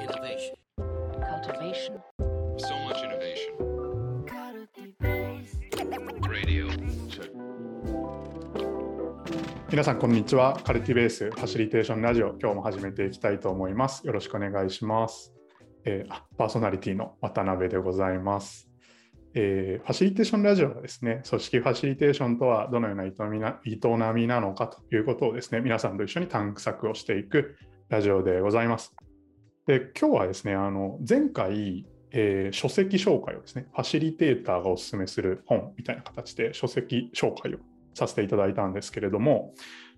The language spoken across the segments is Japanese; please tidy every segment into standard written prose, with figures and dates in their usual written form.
Innovation. Cultivation. So much innovation. Radio. Check. 皆さんこんにちは。カルティベースファシリテーションラジオ、今日も始めていきたいと思います。よろしくお願いします。パーソナリティの渡辺でございます。ファシリテーションラジオはですね、組織ファシリテーションとはどのような営みなのかということをですね、皆さんと一緒に探索をしていくラジオでございます。で、今日はですね、前回、書籍紹介をですね、ファシリテーターがおすすめする本みたいな形で書籍紹介をさせていただいたんですけれども、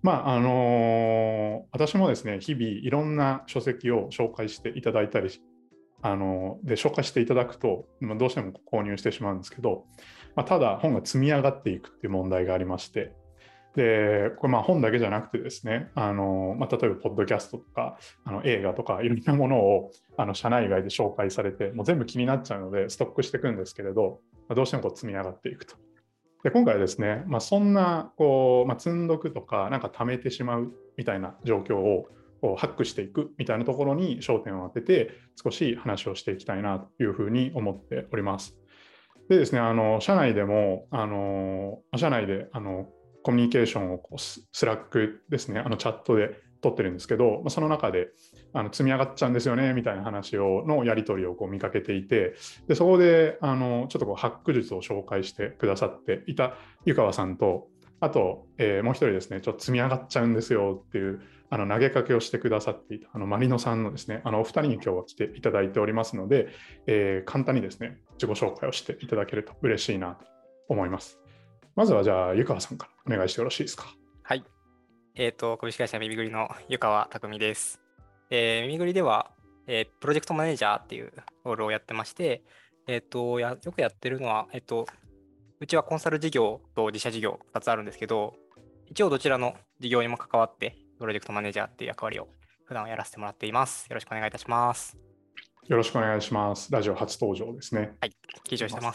私もですね、日々いろんな書籍を紹介していただいたりで紹介していただくとどうしても購入してしまうんですけど、ただ本が積み上がっていくっていう問題がありまして、でこれ本だけじゃなくてですね、例えばポッドキャストとか映画とかいろんなものを社内外で紹介されて、もう全部気になっちゃうのでストックしていくんですけれど、どうしても積み上がっていくと。で今回はですね、そんな積んどくとか貯めてしまうみたいな状況をハックしていくみたいなところに焦点を当てて少し話をしていきたいなというふうに思っております。でですね、社内でも社内でコミュニケーションをスラックですね、チャットで取ってるんですけど、その中で積み上がっちゃうんですよねみたいな話のやり取りを見かけていて、でそこでちょっとハック術を紹介してくださっていた湯川さんと、あと、もう一人ですね、ちょっと積み上がっちゃうんですよっていう投げかけをしてくださっていたマリノさんのですね、お二人に今日は来ていただいておりますので、簡単にですね自己紹介をしていただけると嬉しいなと思います。まずはじゃあ湯川さんからお願いしてよろしいですか。 はい。株式会社耳ぐりの湯川匠です。耳ぐりでは、プロジェクトマネージャーっていうロールをやってまして、よくやってるのは、うちはコンサル事業と自社事業2つあるんですけど、一応どちらの事業にも関わって、プロジェクトマネージャーっていう役割を普段はやらせてもらっています。よろしくお願いいたします。 よろしくお願いします。ラジオ初登場ですね。 はい、緊張してます。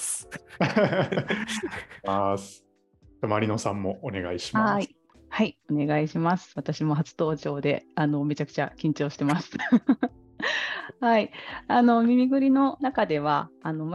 マリノさんもお願いします。 はい、お願いします。私も初登場でめちゃくちゃ緊張してます。はい、耳ぐりの中では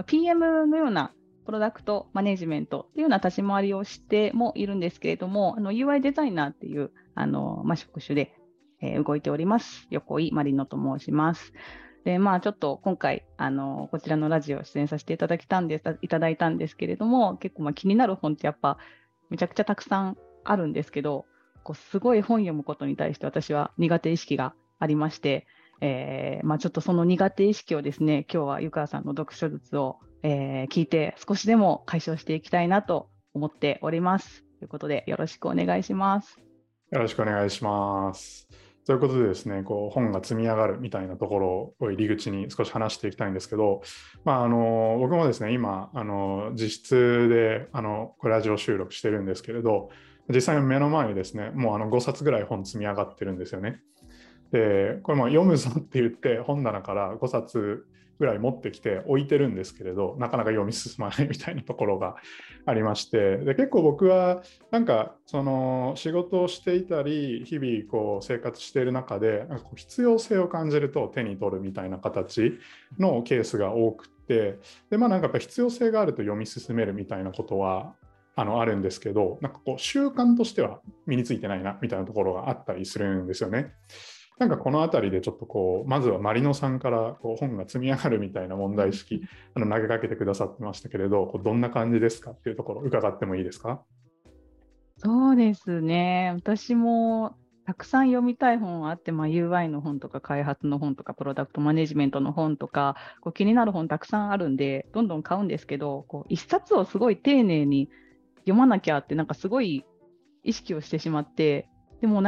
PM のようなプロダクトマネジメントっていうような立ち回りをしてもいるんですけれども、UI デザイナーっていう職種で、動いております。横井マリノと申します。でちょっと今回こちらのラジオ出演させていただいたんですけれども、結構気になる本ってやっぱめちゃくちゃたくさんあるんですけど、すごい本読むことに対して私は苦手意識がありまして、ちょっとその苦手意識をですね、今日は湯川さんの読書術を、聞いて少しでも解消していきたいなと思っております。ということでよろしくお願いします。 よろしくお願いします。ということでですね、本が積み上がるみたいなところを入り口に少し話していきたいんですけど、僕もですね、今実質でこれラジオ収録してるんですけれど、実際目の前にですね、もう5冊ぐらい本積み上がってるんですよね。でこれ読むぞって言って本棚から5冊ぐらい持ってきて置いてるんですけれど、なかなか読み進まないみたいなところがありまして、で結構僕はその仕事をしていたり日々生活している中で必要性を感じると手に取るみたいな形のケースが多くて、でやっぱ必要性があると読み進めるみたいなことはあるんですけど、習慣としては身についてないなみたいなところがあったりするんですよね。このあたりでちょっとまずはマリノさんから本が積み上がるみたいな問題意識投げかけてくださってましたけれど、どんな感じですかっていうところ伺ってもいいですか。 そうですね、私もたくさん読みたい本あって、UI の本とか開発の本とかプロダクトマネジメントの本とか気になる本たくさんあるんでどんどん買うんですけど、一冊をすごい丁寧に読まなきゃってすごい意識をしてしまって、でも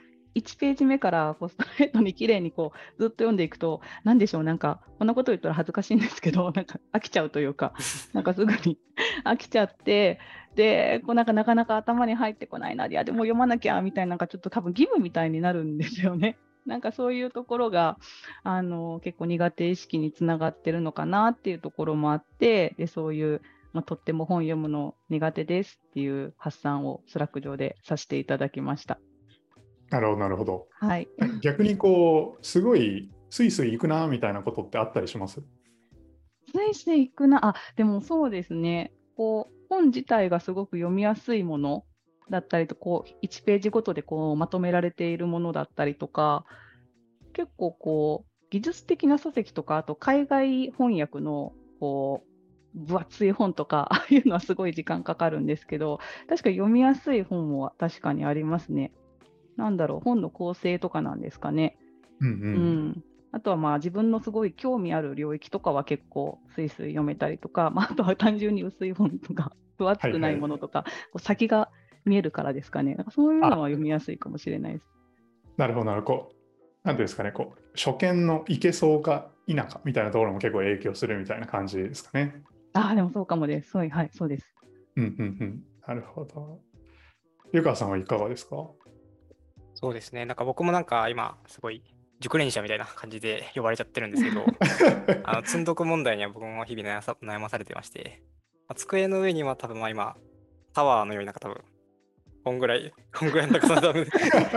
1ページ目からストレートに綺麗にずっと読んでいくと、なんでしょう、こんなこと言ったら恥ずかしいんですけど、飽きちゃうというか、すぐに飽きちゃって、でなかなか頭に入ってこないな、いやでも読まなきゃみたいな、ちょっと多分義務みたいになるんですよね。そういうところが結構苦手意識につながってるのかなっていうところもあって、でそういうとっても本読むの苦手ですっていう発散をスラック上でさせていただきました。 なるほどなるほど。 はい、 逆にすごいスイスイ行くなみたいなことってあったりします？ スイスイ行くな、でもそうですね、本自体がすごく読みやすいものだったりと、1ページごとでまとめられているものだったりとか、結構技術的な書籍とか、あと海外翻訳の分厚い本とか、ああいうのはすごい時間かかるんですけど、確か読みやすい本も確かにありますね。なんだろう、本の構成とかなんですかね。 うんううん。あとは自分のすごい興味ある領域とかは結構スイスイ読めたりとか、あとは単純に薄い本とか、分厚くないものとか、先が見えるからですかね。なんかそういうのは読みやすいかもしれないです。 なるほど、なるほど。なんていうんですかね、初見のいけそうか否かみたいなところも結構影響するみたいな感じですかね。 でもそうかもです。はい、そうです。 うんうんうん。なるほど。湯川さんはいかがですか？ そうですね。なんか僕もなんか今、すごい熟練者みたいな感じで呼ばれちゃってるんですけど、積んどく問題には僕も日々悩まされてまして、机の上には多分今、タワーのようになんか多分、こんぐらいの高さ多分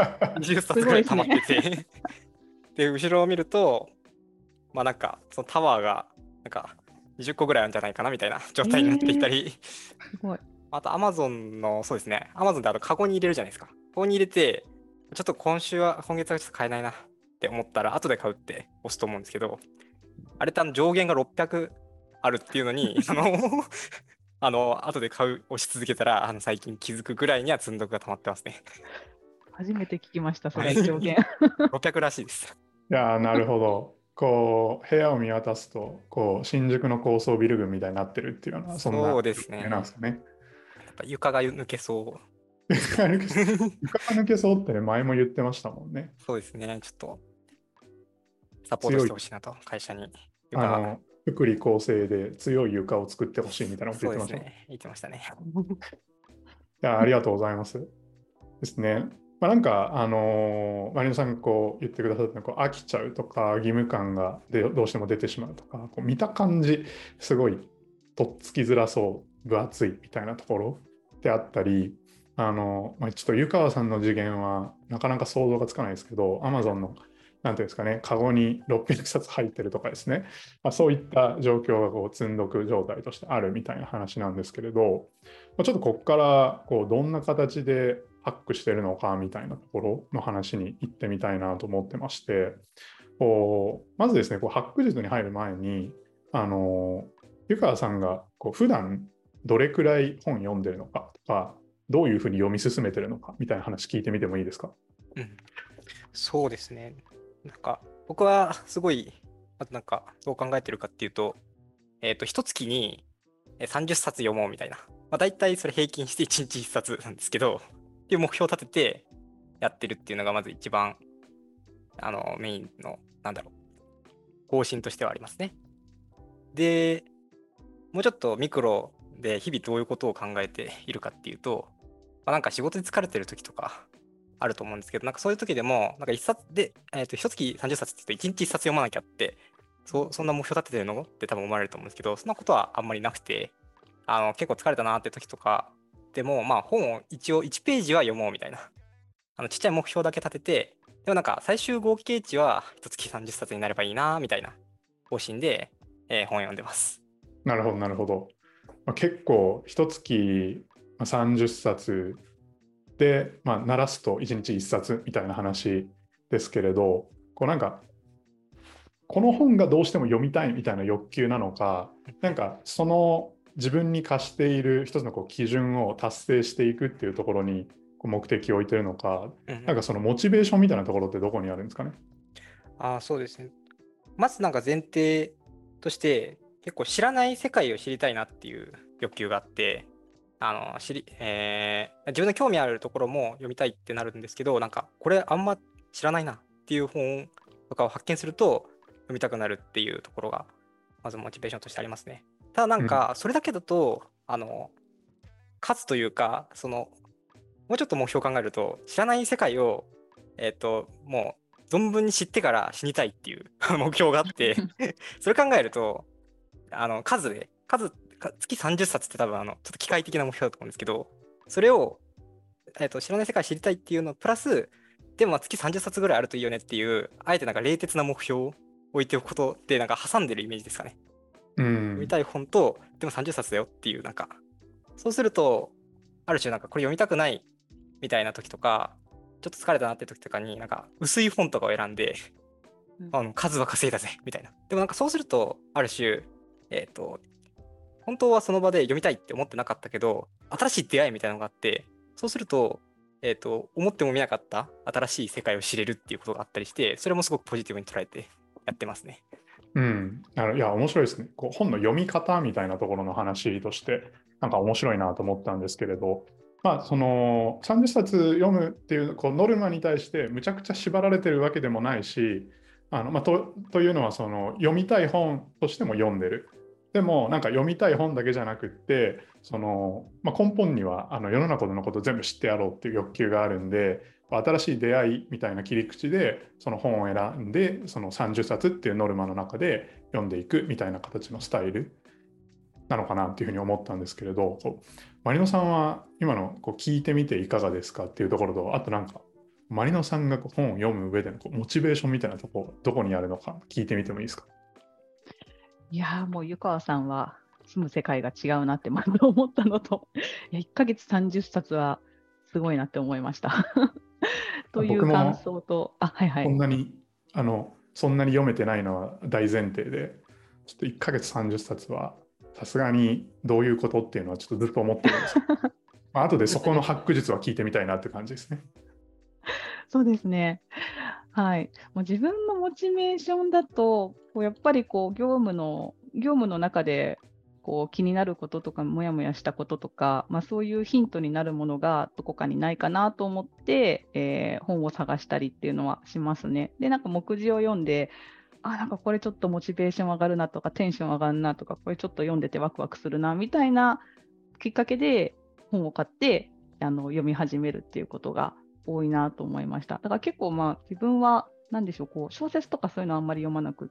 20冊ぐらい溜まってて、で、後ろを見ると、なんか、そのタワーが、なんか、20個ぐらいあるんじゃないかなみたいな状態になっていたり、 すごい。 あと Amazon の、そうですね、Amazon でカゴに入れるじゃないですか。カゴに入れて、ちょっと今月はちょっと買えないなって思ったら、後で買うって押すと思うんですけど、あれって上限が600あるっていうのに、後で買う、押し続けたら、最近気づくぐらいには積んどくが溜まってますね。 初めて聞きました、それ上限。 600らしいです。 いやー、なるほど。部屋を見渡すと、新宿の高層ビル群みたいになってるっていうのは、そんなそうですね。 なんですかね。 やっぱ床が抜けそう。 床が抜けそうってね、前も言ってましたもんね。 そうですね。ちょっと、サポートしてほしいなと、会社に。床福利厚生で強い床を作ってほしいみたいなこと言ってました。 そうですね。言ってましたね。 いや、ありがとうございます。ですね。なんか、マリノさんが言ってくださった飽きちゃうとか、義務感がどうしても出てしまうとか、見た感じ、すごいとっつきづらそう、分厚いみたいなところであったり、ちょっと湯川さんの次元はなかなか想像がつかないですけど、Amazon のなんていうんですかね、カゴに600冊入ってるとかですね、そういった状況が積んどく状態としてあるみたいな話なんですけれど、ちょっとここからどんな形でハックしてるのかみたいなところの話に行ってみたいなと思ってまして、まずですね、ハック術に入る前に、湯川さんが普段どれくらい本読んでるのかとか、どういうふうに読み進めてるのかみたいな話聞いてみてもいいですか？ そうですね。なんか僕はすごい、なんかどう考えてるかっていうと、一月に30冊読もうみたいな。だいたいそれ平均して1日1冊なんですけど、っていう目標を立ててやってるっていうのがまず一番、メインの、方針としてはありますね。で、もうちょっとミクロで日々どういうことを考えているかっていうと、なんか仕事で疲れてる時とかあると思うんですけど、なんかそういう時でも、なんか一冊で、一月30冊って言うと1日1冊読まなきゃって、そんな目標立ててるのって多分思われると思うんですけど、そんなことはあんまりなくて、結構疲れたなって時とかでも、本を一応1ページは読もうみたいな、ちっちゃい目標だけ立てて、でもなんか最終合計値は1月30冊になればいいなみたいな方針で、本を読んでます。 なるほど、なるほど。結構、一月30冊で、鳴らすと1日1冊みたいな話ですけれど、なんか、この本がどうしても読みたいみたいな欲求なのか、なんかその自分に課している一つの基準を達成していくっていうところに目的を置いてるのか、なんかそのモチベーションみたいなところってどこにあるんですかね？ そうですね。まずなんか前提として結構知らない世界を知りたいなっていう欲求があって、自分の興味あるところも読みたいってなるんですけど、なんかこれあんま知らないなっていう本とかを発見すると読みたくなるっていうところがまずモチベーションとしてありますね。ただなんかそれだけだと、数というか、もうちょっと目標を考えると、知らない世界をもう存分に知ってから死にたいっていう目標があってそれ考えると月30冊って多分ちょっと機械的な目標だと思うんですけど、それを、知らない世界知りたいっていうのプラスでも月30冊ぐらいあるといいよねっていう、あえてなんか冷徹な目標置いておくことでなんか挟んでるイメージですかね。読みたい本とでも30冊だよっていうなんか、そうするとある種なんかこれ読みたくないみたいな時とか、ちょっと疲れたなって時とかになんか薄い本とかを選んで、数は稼いだぜみたいな。でもなんかそうするとある種本当はその場で読みたいって思ってなかったけど、新しい出会いみたいなのがあって、そうすると、思ってもみなかった新しい世界を知れるっていうことがあったりして、それもすごくポジティブに捉えてやってますね。 いや、面白いですね。こう本の読み方みたいなところの話として、なんか面白いなと思ったんですけれど、その30冊読むっていう、ノルマに対してむちゃくちゃ縛られてるわけでもないし、というのはその読みたい本としても読んでる。でもなんか読みたい本だけじゃなくって、根本には世の中のこと全部知ってやろうっていう欲求があるんで、新しい出会いみたいな切り口でその本を選んで、その30冊っていうノルマの中で読んでいくみたいな形のスタイルなのかなっていうふうに思ったんですけれど、マリノさんは今の聞いてみていかがですかっていうところと、あとなんかマリノさんが本を読む上でのモチベーションみたいなところ、どこにあるのか聞いてみてもいいですか？ いやもう湯川さんは住む世界が違うなってまず思ったのと、1ヶ月30冊はすごいなって思いましたという感想と、はいはい。 そんなに読めてないのは大前提で、ちょっと1ヶ月30冊はさすがにどういうことっていうのはちょっとずっと思ってるんです後でそこのハック術は聞いてみたいなって感じですね。 そうですね。はい。もう自分のモチベーションだと、やっぱり業務の中で気になることとか、もやもやしたこととか、そういうヒントになるものがどこかにないかなと思って、本を探したりっていうのはしますね。で、なんか目次を読んで、なんかこれちょっとモチベーション上がるなとか、テンション上がるなとか、これちょっと読んでてワクワクするなみたいなきっかけで本を買って読み始めるっていうことが多いなと思いました。だから結構自分は何でしょう、小説とかそういうのはあんまり読まなくって、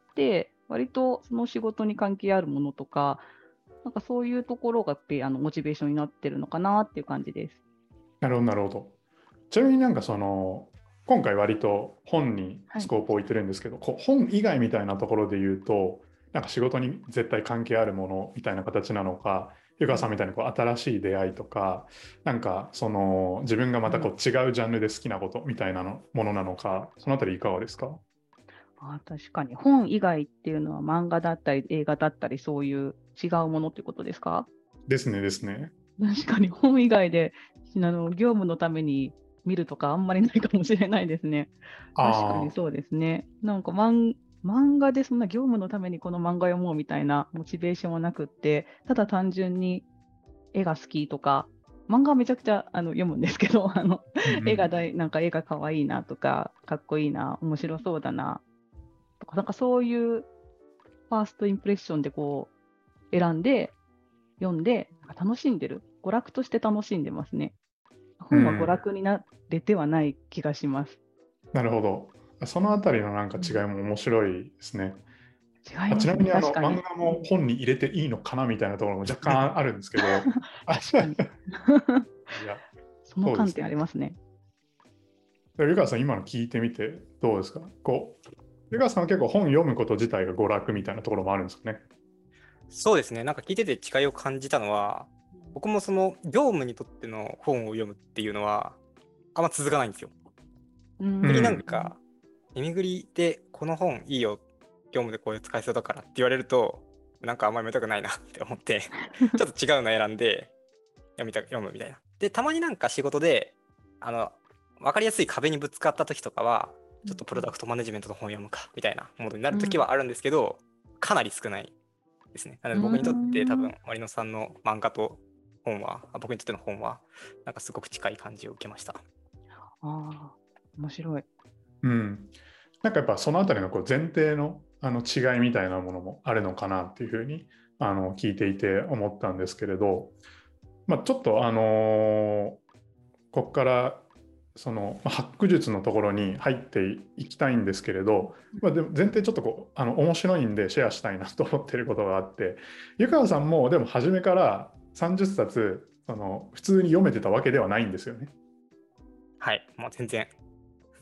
割とその仕事に関係あるものとか、なんかそういうところがモチベーションになってるのかなっていう感じです。 なるほど、なるほど。ちなみになんか今回割と本にスコープを置いてるんですけど、本以外みたいなところで言うと、なんか仕事に絶対関係あるものみたいな形なのか、湯川さんみたいに新しい出会いとか、なんか自分がまた違うジャンルで好きなことみたいなものなのか、そのあたりいかがですか？ 確かに本以外っていうのは漫画だったり映画だったりそういう違うものってことですか？ ですねですね。 確かに本以外で業務のために見るとかあんまりないかもしれないですね。確かにそうですね。なんか漫画でそんな業務のためにこの漫画読もうみたいなモチベーションはなくって、ただ単純に絵が好きとか、漫画はめちゃくちゃ読むんですけど、なんか絵が可愛いなとか、かっこいいな、面白そうだなとか、なんかそういうファーストインプレッションで選んで読んで楽しんでる、娯楽として楽しんでますね。本は娯楽になれてはない気がします。 なるほど。そのあたりのなんか違いも面白いですね。 違いますね。 ちなみに漫画も本に入れていいのかなみたいなところも若干あるんですけど。 確かに。いやその観点ありますね。 湯川さん、今の聞いてみてどうですか？湯川さんは結構本読むこと自体が娯楽みたいなところもあるんですかね？ そうですね。なんか聞いてて違いを感じたのは、僕もその業務にとっての本を読むっていうのはあんま続かないんですよ。逆になんか、耳ぐりでこの本いいよ、業務でこういう使いそうだからって言われると、なんかあんまり読みたくないなって思って、ちょっと違うの選んで読むみたいな。で、たまになんか仕事で、分かりやすい壁にぶつかった時とかは、ちょっとプロダクトマネジメントの本を読むかみたいなモードになる時はあるんですけど、かなり少ないですね。なので僕にとって多分、マリノさんの漫画と本は、僕にとっての本は、なんかすごく近い感じを受けました。 面白い。 なんかやっぱそのあたりの前提の違いみたいなものもあるのかなっていうふうに聞いていて思ったんですけれど、ちょっとここからハック術のところに入っていきたいんですけれど、でも前提ちょっと面白いんでシェアしたいなと思っていることがあって、湯川さんもでも初めから30冊普通に読めてたわけではないんですよね。 はい、もう全然。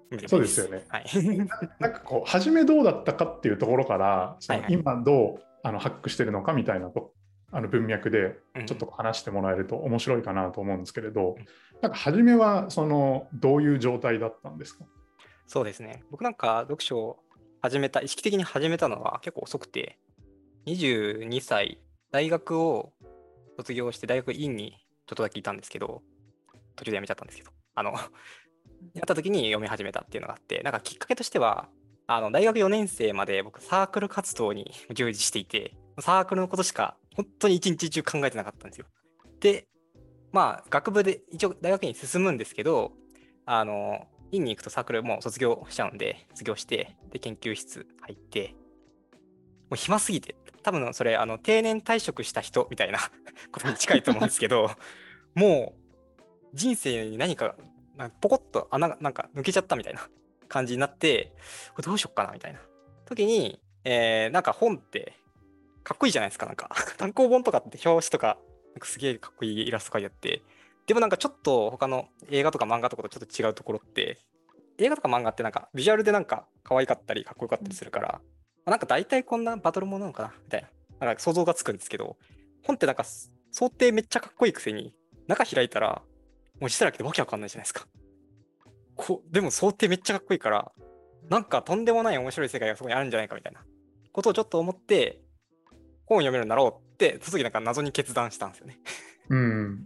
そうですよね。 はい。 なんかこう、初めどうだったかっていうところから、そのはいはい今どうハックしてるのかみたいな文脈でうんちょっと話してもらえると面白いかなと思うんですけれどうん、 なんか初めはどういう状態だったんですか？ そうですね。僕なんか読書を意識的に始めたのは結構遅くて、22歳、大学を卒業して大学院にちょっとだけいたんですけど、途中で辞めちゃったんですけど、やった時に読み始めたっていうのがあって、なんかきっかけとしては、大学4年生まで僕サークル活動に従事していて、サークルのことしか本当に一日中考えてなかったんですよ。で、まあ、学部で一応大学院に進むんですけど、院に行くとサークルもう卒業しちゃうんで、卒業して、で、研究室入って、もう暇すぎて、多分それ、定年退職した人みたいなことに近いと思うんですけど、もう人生に何か、ポコッと穴がなんか抜けちゃったみたいな感じになって、これどうしよっかなみたいな時に、なんか本ってかっこいいじゃないですか、なんか単行本とかって表紙とか、なんかすげえかっこいいイラスト描いてあって、でもなんかちょっと他の映画とか漫画とかとちょっと違うところって、映画とか漫画ってなんかビジュアルでなんか可愛かったりかっこよかったりするから、なんか大体こんなバトルものなのかなみたいな、なんか想像がつくんですけど、本ってなんか想定めっちゃかっこいいくせに、中開いたら、文字だらけでわけわかんないじゃないですか。でも想定めっちゃかっこいいから、なんかとんでもない面白い世界がそこにあるんじゃないかみたいなことをちょっと思って、本を読めるようになろうって、その時なんか謎に決断したんですよね。 うん、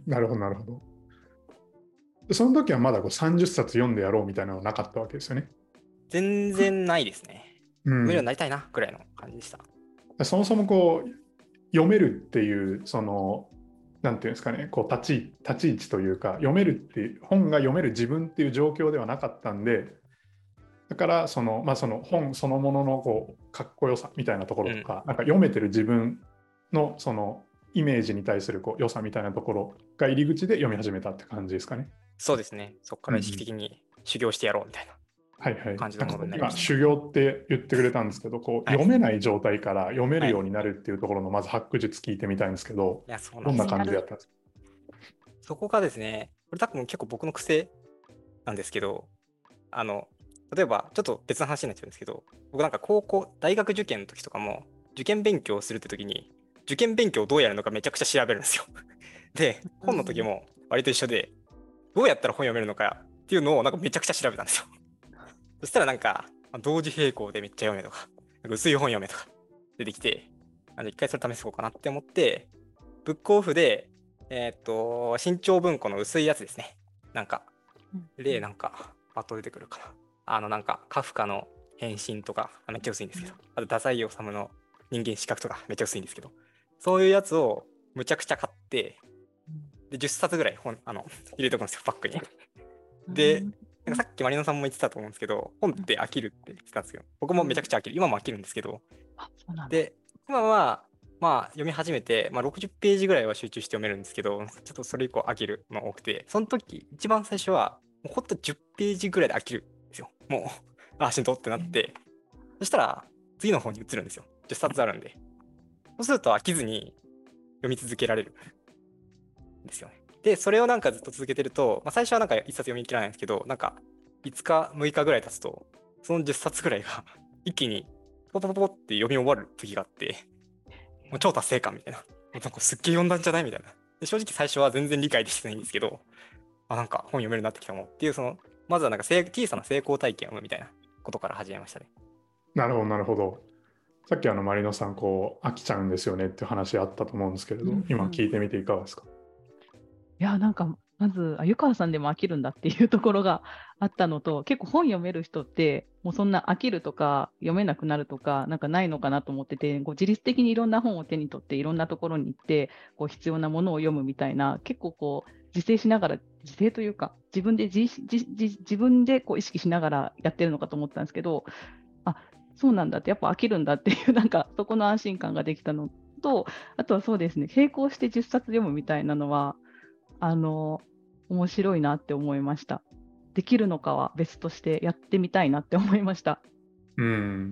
なるほど、なるほど。でその時はまだ30冊読んでやろうみたいなのはなかったわけですよね。 全然ないですね。 う読めるようにん、 なりたいなくらいの感じでした。 そもそもこう読めるっていうなんていうんですかね、こう立ち位置というか、読めるっていう本が読める自分っていう状況ではなかったんで、だからその本そのもののこうかっこよさみたいなところとか、なんか読めてる自分のそのイメージに対するこう良さみたいなところが入り口で読み始めたって感じですかね。 そうですね。そこから意識的に修行してやろうみたいなはいはい。 感じのなんかものになりました。 今修行って言ってくれたんですけど、こうはい。 読めない状態から読めるはい。 ようになるっていうところのまずハック術聞いてみたいんですけど、 いや、そうなどんなんですよ。 感じでやったんですか？ そこがですね、これ多分結構僕の癖なんですけど、例えばちょっと別の話になっちゃうんですけど、僕なんか大学受験の時とかも、受験勉強をするって時に、受験勉強をどうやるのかめちゃくちゃ調べるんですよ。で、本の時も割と一緒で、どうやったら本読めるのかっていうのをなんかめちゃくちゃ調べたんですよ。そしたらなんか、同時並行でめっちゃ読めとか、なんか薄い本読めとか出てきて、一回それ試そうかなって思って、ブックオフで、新潮文庫の薄いやつですね。なんか、なんか、パッと出てくるかな。なんか、カフカの変身とか、めっちゃ薄いんですけど、あと、太宰治の人間失格とか、めっちゃ薄いんですけど、そういうやつをむちゃくちゃ買って、で、10冊ぐらい入れとくんですよ、パックに。で、なんかさっきマリノさんも言ってたと思うんですけど、本って飽きるって言ってたんですよ。僕もめちゃくちゃ飽きる。今も飽きるんですけど、で、今は、まあ、読み始めて、まあ、60ページぐらいは集中して読めるんですけど、ちょっとそれ以降飽きるの多くて、その時、一番最初は、もうほんと10ページぐらいで飽きるんですよ。もう、しんどってなって、そしたら、次の方に移るんですよ。10冊あるんで。そうすると飽きずに読み続けられるんですよね。で、それをなんかずっと続けてると、まあ、最初はなんか1冊読み切らないんですけど、なんか5日、6日ぐらい経つと、その10冊ぐらいが一気にポポポポって読み終わる時があって、もう超達成感みたいな。なんかすっげえ読んだんじゃないみたいな。で正直最初は全然理解できてないんですけど、なんか本読めるようになってきたもんっていう、まずはなんか小さな成功体験をみたいなことから始めましたね。 なるほど、なるほど。さっきマリノさん、こう飽きちゃうんですよねっていう話あったと思うんですけれど、今聞いてみていかがですか？ いや、なんか、まず、湯川さんでも飽きるんだっていうところがあったのと、結構本読める人って、もうそんな飽きるとか、読めなくなるとか、なんかないのかなと思ってて、こう自律的にいろんな本を手に取って、いろんなところに行って、こう必要なものを読むみたいな、結構こう、自制しながら、自制というか、自分でこう意識しながらやってるのかと思ったんですけど、あ、そうなんだって、やっぱ飽きるんだっていう、なんかそこの安心感ができたのと、あとはそうですね、並行して10冊読むみたいなのは、面白いなって思いました。できるのかは別としてやってみたいなって思いました。 うん。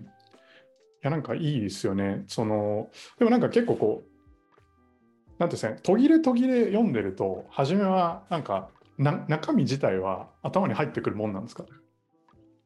いや、なんかいいですよね。でもなんか結構こう、なんていうんですかね、途切れ途切れ読んでると、初めはなんか中身自体は頭に入ってくるもんなんですか？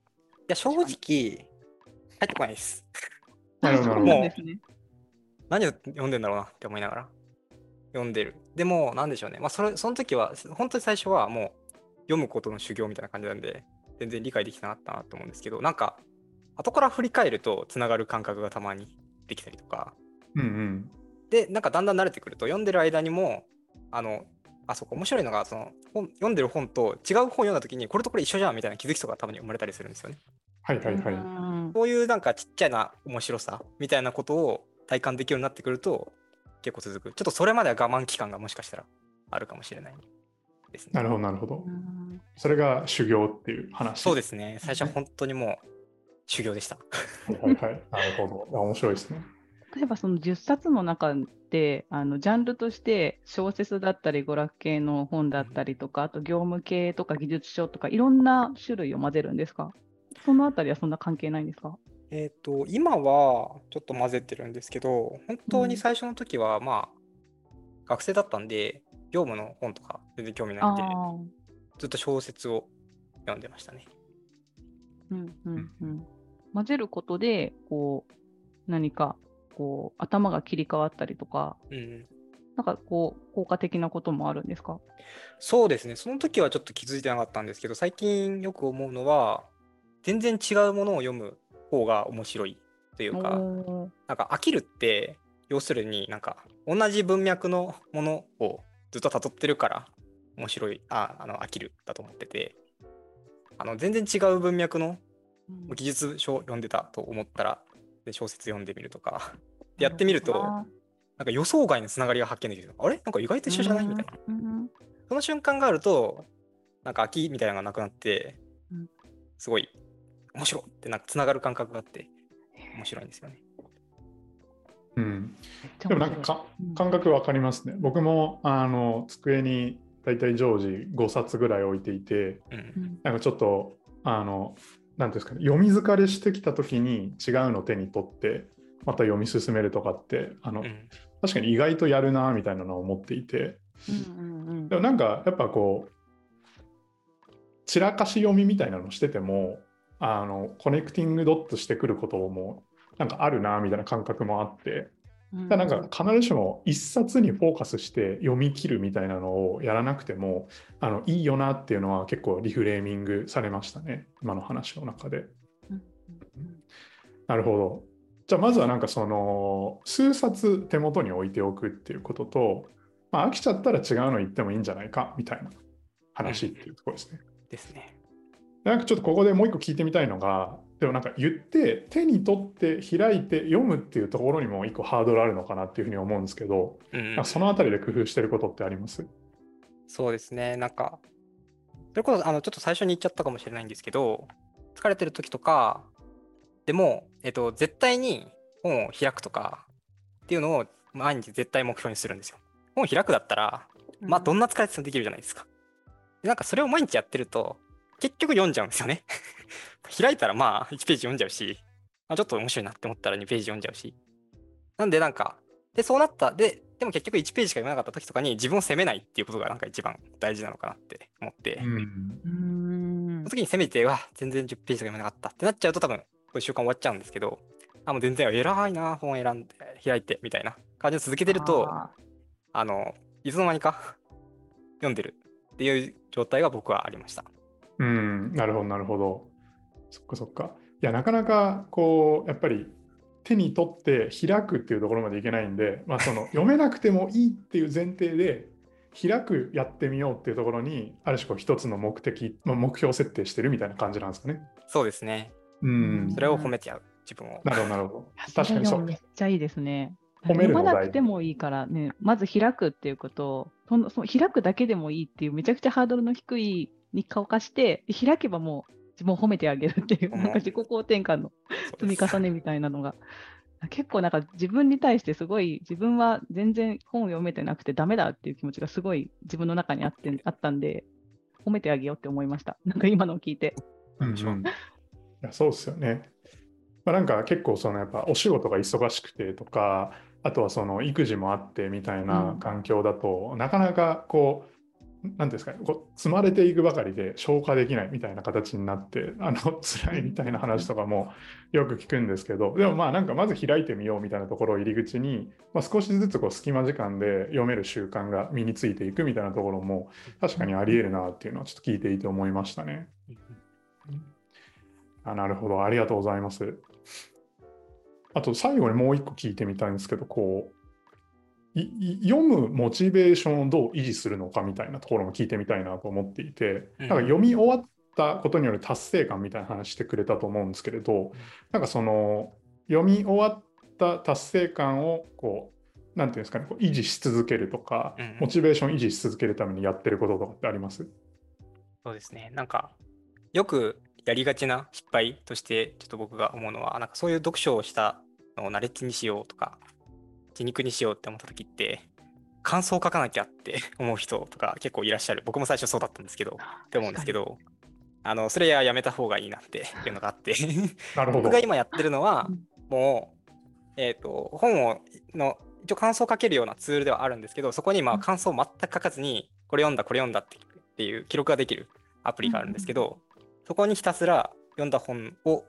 や、正直、入ってこないです。 なるほどそうなんですね。 何を読んでんだろうなって思いながら読んでる。でも、なんでしょうね。まあ、その時は、本当に最初はもう読むことの修行みたいな感じなんで、全然理解できてなかったなと思うんですけど、なんか、後から振り返ると、つながる感覚がたまにできたりとか、 うんうん。 で、なんかだんだん慣れてくると、読んでる間にも、そうか、面白いのが、読んでる本と違う本読んだ時に、これとこれ一緒じゃんみたいな気づきとかたまに生まれたりするんですよね。 はいはいはい。 そういうなんかちっちゃな面白さみたいなことを体感できるようになってくると、結構続く。ちょっとそれまでは我慢期間がもしかしたらあるかもしれないですね。 なるほどなるほど。それが修行っていう話。 そうですね。最初は本当にもう修行でした。 はいはいはい。なるほど。面白いですね。 例えばその10冊の中でジャンルとして小説だったり娯楽系の本だったりとか、あと業務系とか技術書とかいろんな種類を混ぜるんですか？そのあたりはそんな関係ないんですか？ 今はちょっと混ぜてるんですけど、本当に最初の時はまあ学生だったんで、業務の本とか全然興味ないんで、ずっと小説を読んでましたね。 混ぜることでこう何かこう頭が切り替わったりとか、なんかこう効果的なこともあるんですか？ そうですね。その時はちょっと気づいてなかったんですけど、最近よく思うのは、全然違うものを読む方が面白いというか、なんか飽きるって、要するになんか同じ文脈のものをずっと辿ってるから面白い、飽きるだと思ってて、全然違う文脈の技術書を読んでたと思ったら、で小説読んでみるとか、やってみると、なんか予想外のつながりが発見できる。あれなんか意外と一緒じゃないみたいな。その瞬間があると、なんか飽きみたいなのがなくなって、すごい面白いってなんかつながる感覚があって面白いんですよね。 でもなんか感覚わかりますね。僕も机にだいたい常時5冊ぐらい置いていて、なんかちょっとなんですかね、読み疲れしてきた時に違うの手に取ってまた読み進めるとかって確かに意外とやるなみたいなのを思っていて、でもなんかやっぱこう散らかし読みみたいなのしててもコネクティングドットしてくることもなんかあるなみたいな感覚もあって、なんか必ずしも一冊にフォーカスして読み切るみたいなのをやらなくてもいいよなっていうのは結構リフレーミングされましたね、今の話の中で。なるほど。じゃあまずはなんかその数冊手元に置いておくっていうことと、飽きちゃったら違うの言ってもいいんじゃないかみたいな話っていうところですね。 ですね。 なんかちょっとここでもう一個聞いてみたいのが、でもなんか言って手に取って開いて読むっていうところにも一個ハードルあるのかなっていうふうに思うんですけど、そのあたりで工夫してることってあります？ そうですね。なんかそれこそちょっと最初に言っちゃったかもしれないんですけど、疲れてる時とかでも、絶対に本を開くとかっていうのを毎日絶対目標にするんですよ。本を開くだったら、まあどんな疲れてもできるじゃないですか。でなんかそれを毎日やってると結局読んじゃうんですよね。開いたらまあ1ページ読んじゃうし、ちょっと面白いなって思ったら2ページ読んじゃうし。なんでなんか、そうなった。でも結局1ページしか読めなかった時とかに自分を責めないっていうことがなんか一番大事なのかなって思って。その時に責めて、全然10ページしか読めなかったってなっちゃうと多分、こういう習慣終わっちゃうんですけど、もう全然偉いな、本選んで開いてみたいな感じで続けてると、いつの間にか読んでるっていう状態が僕はありました。 なるほどなるほど。そっかそっか。いやなかなかこうやっぱり手に取って開くっていうところまでいけないんで、その読めなくてもいいっていう前提で開くやってみようっていうところにある種こう一つの目的、目標設定してるみたいな感じなんですかね。 そうですね。それを褒めてやる自分を。 なるほどなるほど。 確かにそう。めっちゃいいですね。 褒めるの読まなくてもいいからね、まず開くっていうことを、その開くだけでもいいっていうめちゃくちゃハードルの低いに顔化して、開けばもう自分を褒めてあげるっていう、なんか自己肯定感の積み重ねみたいなのが、結構なんか自分に対してすごい、自分は全然本を読めてなくてダメだっていう気持ちがすごい自分の中にあったんで、褒めてあげようって思いました。なんか今のを聞いて。 いやそうですよね。なんか結構やっぱお仕事が忙しくてとか、あとはその育児もあってみたいな環境だと、なかなかこうなんていうんですかね、こう積まれていくばかりで消化できないみたいな形になって、辛いみたいな話とかもよく聞くんですけど、でもまあなんかまず開いてみようみたいなところを入り口に、少しずつこう隙間時間で読める習慣が身についていくみたいなところも確かにあり得るなっていうのはちょっと聞いていて思いましたね。なるほど、ありがとうございます。あと最後にもう一個聞いてみたいんですけど、こう読むモチベーションをどう維持するのかみたいなところも聞いてみたいなと思っていて、なんか読み終わったことによる達成感みたいな話してくれたと思うんですけれど、なんかその読み終わった達成感をこうなんていうんですかね、こう維持し続けるとか、モチベーション維持し続けるためにやってることとかってあります？ そうですね。なんかよくやりがちな失敗としてちょっと僕が思うのは、なんかそういう読書をしたのをナレッジにしようとか血肉にしようって思った時って感想を書かなきゃって思う人とか結構いらっしゃる。僕も最初そうだったんですけどって思うんですけど、それはやめた方がいいなっていうのがあってなるほど。 僕が今やってるのはもう本をの一応感想を書けるようなツールではあるんですけど、そこにまあ感想を全く書かずにこれ読んだこれ読んだっていう記録ができるアプリがあるんですけど、そこにひたすら読んだ本を、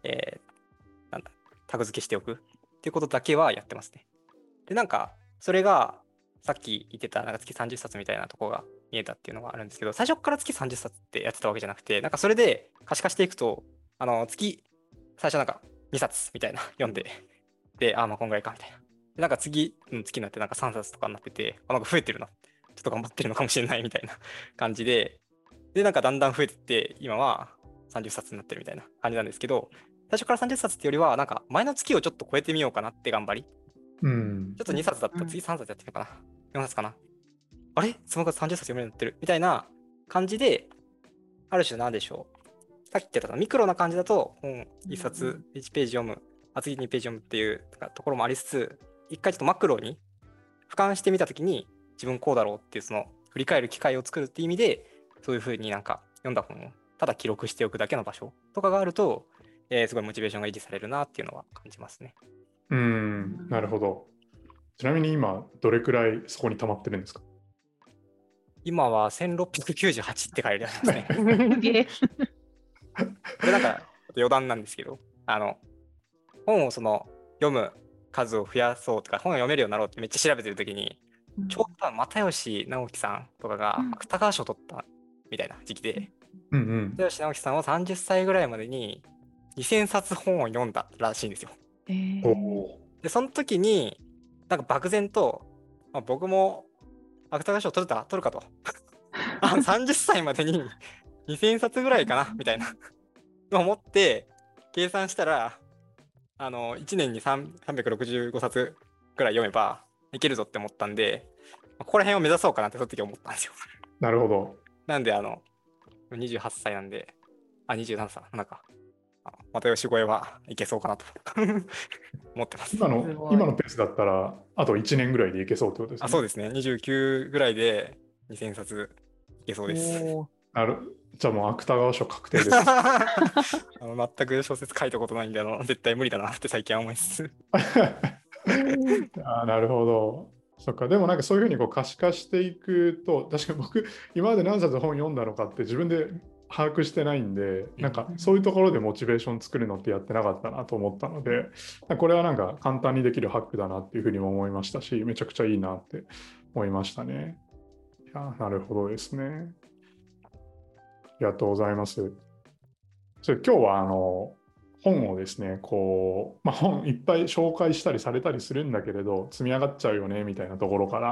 タグ付けしておくっていうことだけはやってますね。でなんかそれがさっき言ってたなんか月30冊みたいなところが見えたっていうのがあるんですけど、最初から月30冊ってやってたわけじゃなくて、なんかそれで可視化していくと月最初なんか2冊みたいな読んで、でまあこんぐらいかみたいな、でなんか次の月になってなんか3冊とかになってて、なんか増えてるな、ちょっと頑張ってるのかもしれないみたいな感じで、なんかだんだん増えてって今は30冊になってるみたいな感じなんですけど、最初から30冊ってよりはなんか前の月をちょっと超えてみようかなって頑張り、ちょっと2冊だったら次3冊やってみようかな、4冊かな、あれその後30冊読めるようになってるみたいな感じで、ある種なんでしょう、さっき言ってたミクロな感じだと本1冊1ページ読む、次2ページ読むっていうところもありつつ、一回ちょっとマクロに俯瞰してみたときに自分こうだろうっていうその振り返る機会を作るっていう意味で、そういう風になんか読んだ本をただ記録しておくだけの場所とかがあると、すごいモチベーションが維持されるなっていうのは感じますね。 なるほど。ちなみに今どれくらいそこに溜まってるんですか？ 今は1698って書いてありますね。これなんか余談なんですけど、本をその読む数を増やそうとか本を読めるようになろうってめっちゃ調べてるときに、ちょうど又吉直樹さんとかが芥川賞を取ったみたいな時期で、又吉直樹さんは30歳ぐらいまでに2000冊本を読んだらしいんですよ。でその時になんか漠然と、僕も芥川賞取るかと30歳までに2000冊ぐらいかなみたいなと思って計算したら、1年に365冊ぐらい読めばいけるぞって思ったんで、ここら辺を目指そうかなってその時思ったんですよ。 なるほど。 なんで28歳なんで、27歳なんか又吉超えはいけそうかなと思ってます。 今のペースだったらあと1年ぐらいでいけそうってことですね。 そうですね。29ぐらいで2000冊いけそうです。 じゃあもう芥川賞確定です。 全く小説書いたことないんで絶対無理だなって最近は思います。 なるほど。そっか。でもなんかそういうふうにこう可視化していくと、確かに僕今まで何冊本読んだのかって自分で把握してないんで、なんかそういうところでモチベーション作るのってやってなかったなと思ったので、これはなんか簡単にできるハックだなっていうふうにも思いましたし、めちゃくちゃいいなって思いましたね。いや、なるほどですね。ありがとうございます。今日は本をですね、こう、本いっぱい紹介したりされたりするんだけれど、積み上がっちゃうよねみたいなところから、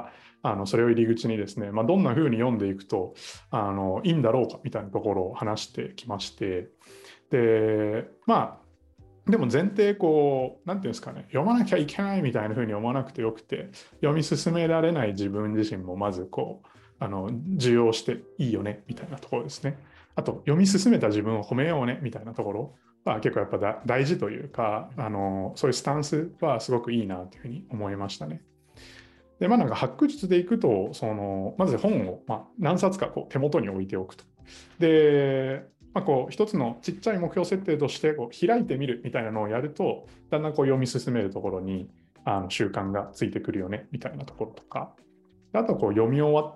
それを入り口にですね、どんな風に読んでいくといいんだろうかみたいなところを話してきまして、で、でも前提こう、なんていうんですかね、読まなきゃいけないみたいな風に思わなくてよくて、読み進められない自分自身もまずこう、受容していいよねみたいなところですね。あと読み進めた自分を褒めようねみたいなところは結構やっぱ大事というか、そういうスタンスはすごくいいなというふうに思いましたね。で、なんか発掘術でいくと、まず本を何冊かこう手元に置いておくと。で、こう一つのちっちゃい目標設定としてこう開いてみるみたいなのをやると、だんだんこう読み進めるところに習慣がついてくるよねみたいなところとか、あとこう読み終わった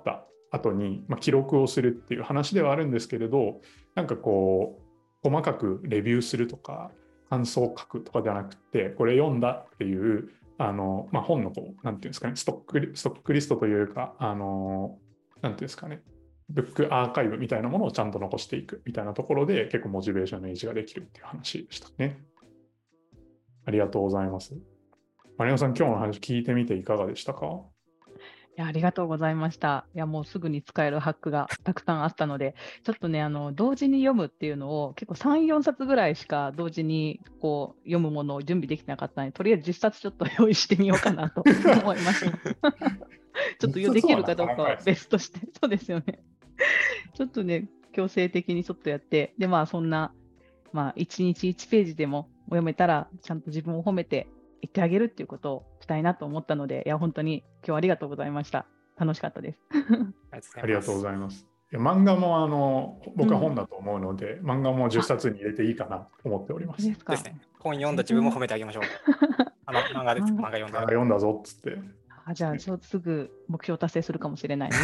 後に、記録をするっていう話ではあるんですけれど、なんかこう細かくレビューするとか感想を書くとかではなくて、これ読んだっていう本のこうなんていうんですかね、ストックリストというかなんていうんですかね、ブックアーカイブみたいなものをちゃんと残していくみたいなところで結構モチベーションの維持ができるっていう話でしたね。ありがとうございます。マリオさん、今日の話聞いてみていかがでしたか？ いや、ありがとうございました。いや、もうすぐに使えるハックがたくさんあったので、ちょっとね、同時に読むっていうのを結構3、4冊ぐらいしか同時にこう読むものを準備できてなかったので、とりあえず10冊ちょっと用意してみようかなと思いました。ちょっとできるかどうかは別として、そうですよね。ちょっとね、強制的にちょっとやって、で、そんな、1日1ページでも読めたら、ちゃんと自分を褒めて言ってあげるっていうことをしたいなと思ったので、いや、本当に今日はありがとうございました。楽しかったです。 ありがとうございます。いや漫画も僕は本だと思うので、漫画も10冊に入れていいかなと思っております。 ですか。 ですね。本読んだ自分も褒めてあげましょう。漫画です。漫画読んだ。 読んだぞっつって。 じゃあ、すぐ目標達成するかもしれない。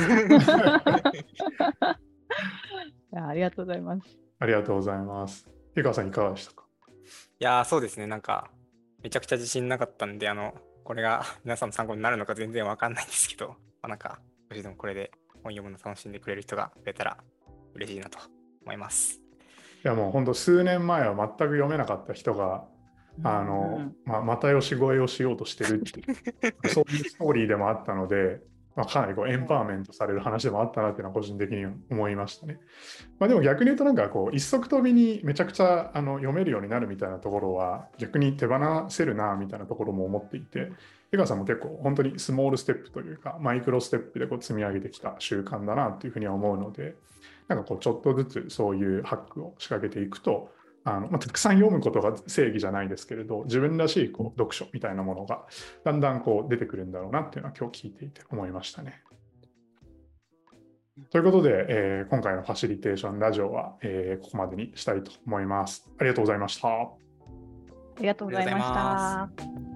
ありがとうございます。 ありがとうございます。湯川さんいかがでしたか？ いやー、そうですね。なんか、めちゃくちゃ自信なかったんで、これが皆さんの参考になるのか全然わかんないんですけど、なんか、少しでもこれで本読むの楽しんでくれる人が増えたら嬉しいなと思います。 いやもう本当数年前は全く読めなかった人が、又吉超えをしようとしてるっていうそういうストーリーでもあったので、かなりこうエンパワーメントされる話でもあったなっていうのは個人的に思いましたね。でも逆に言うとなんかこう一足飛びにめちゃくちゃ読めるようになるみたいなところは逆に手放せるなみたいなところも思っていて、江川さんも結構本当にスモールステップというかマイクロステップでこう積み上げてきた習慣だなっていうふうには思うので、なんかこうちょっとずつそういうハックを仕掛けていくとたくさん読むことが正義じゃないですけれど、自分らしいこう読書みたいなものがだんだんこう出てくるんだろうなっていうのは今日聞いていて思いましたね。ということで、今回のファシリテーションラジオは、ここまでにしたいと思います。ありがとうございました。 ありがとうございました。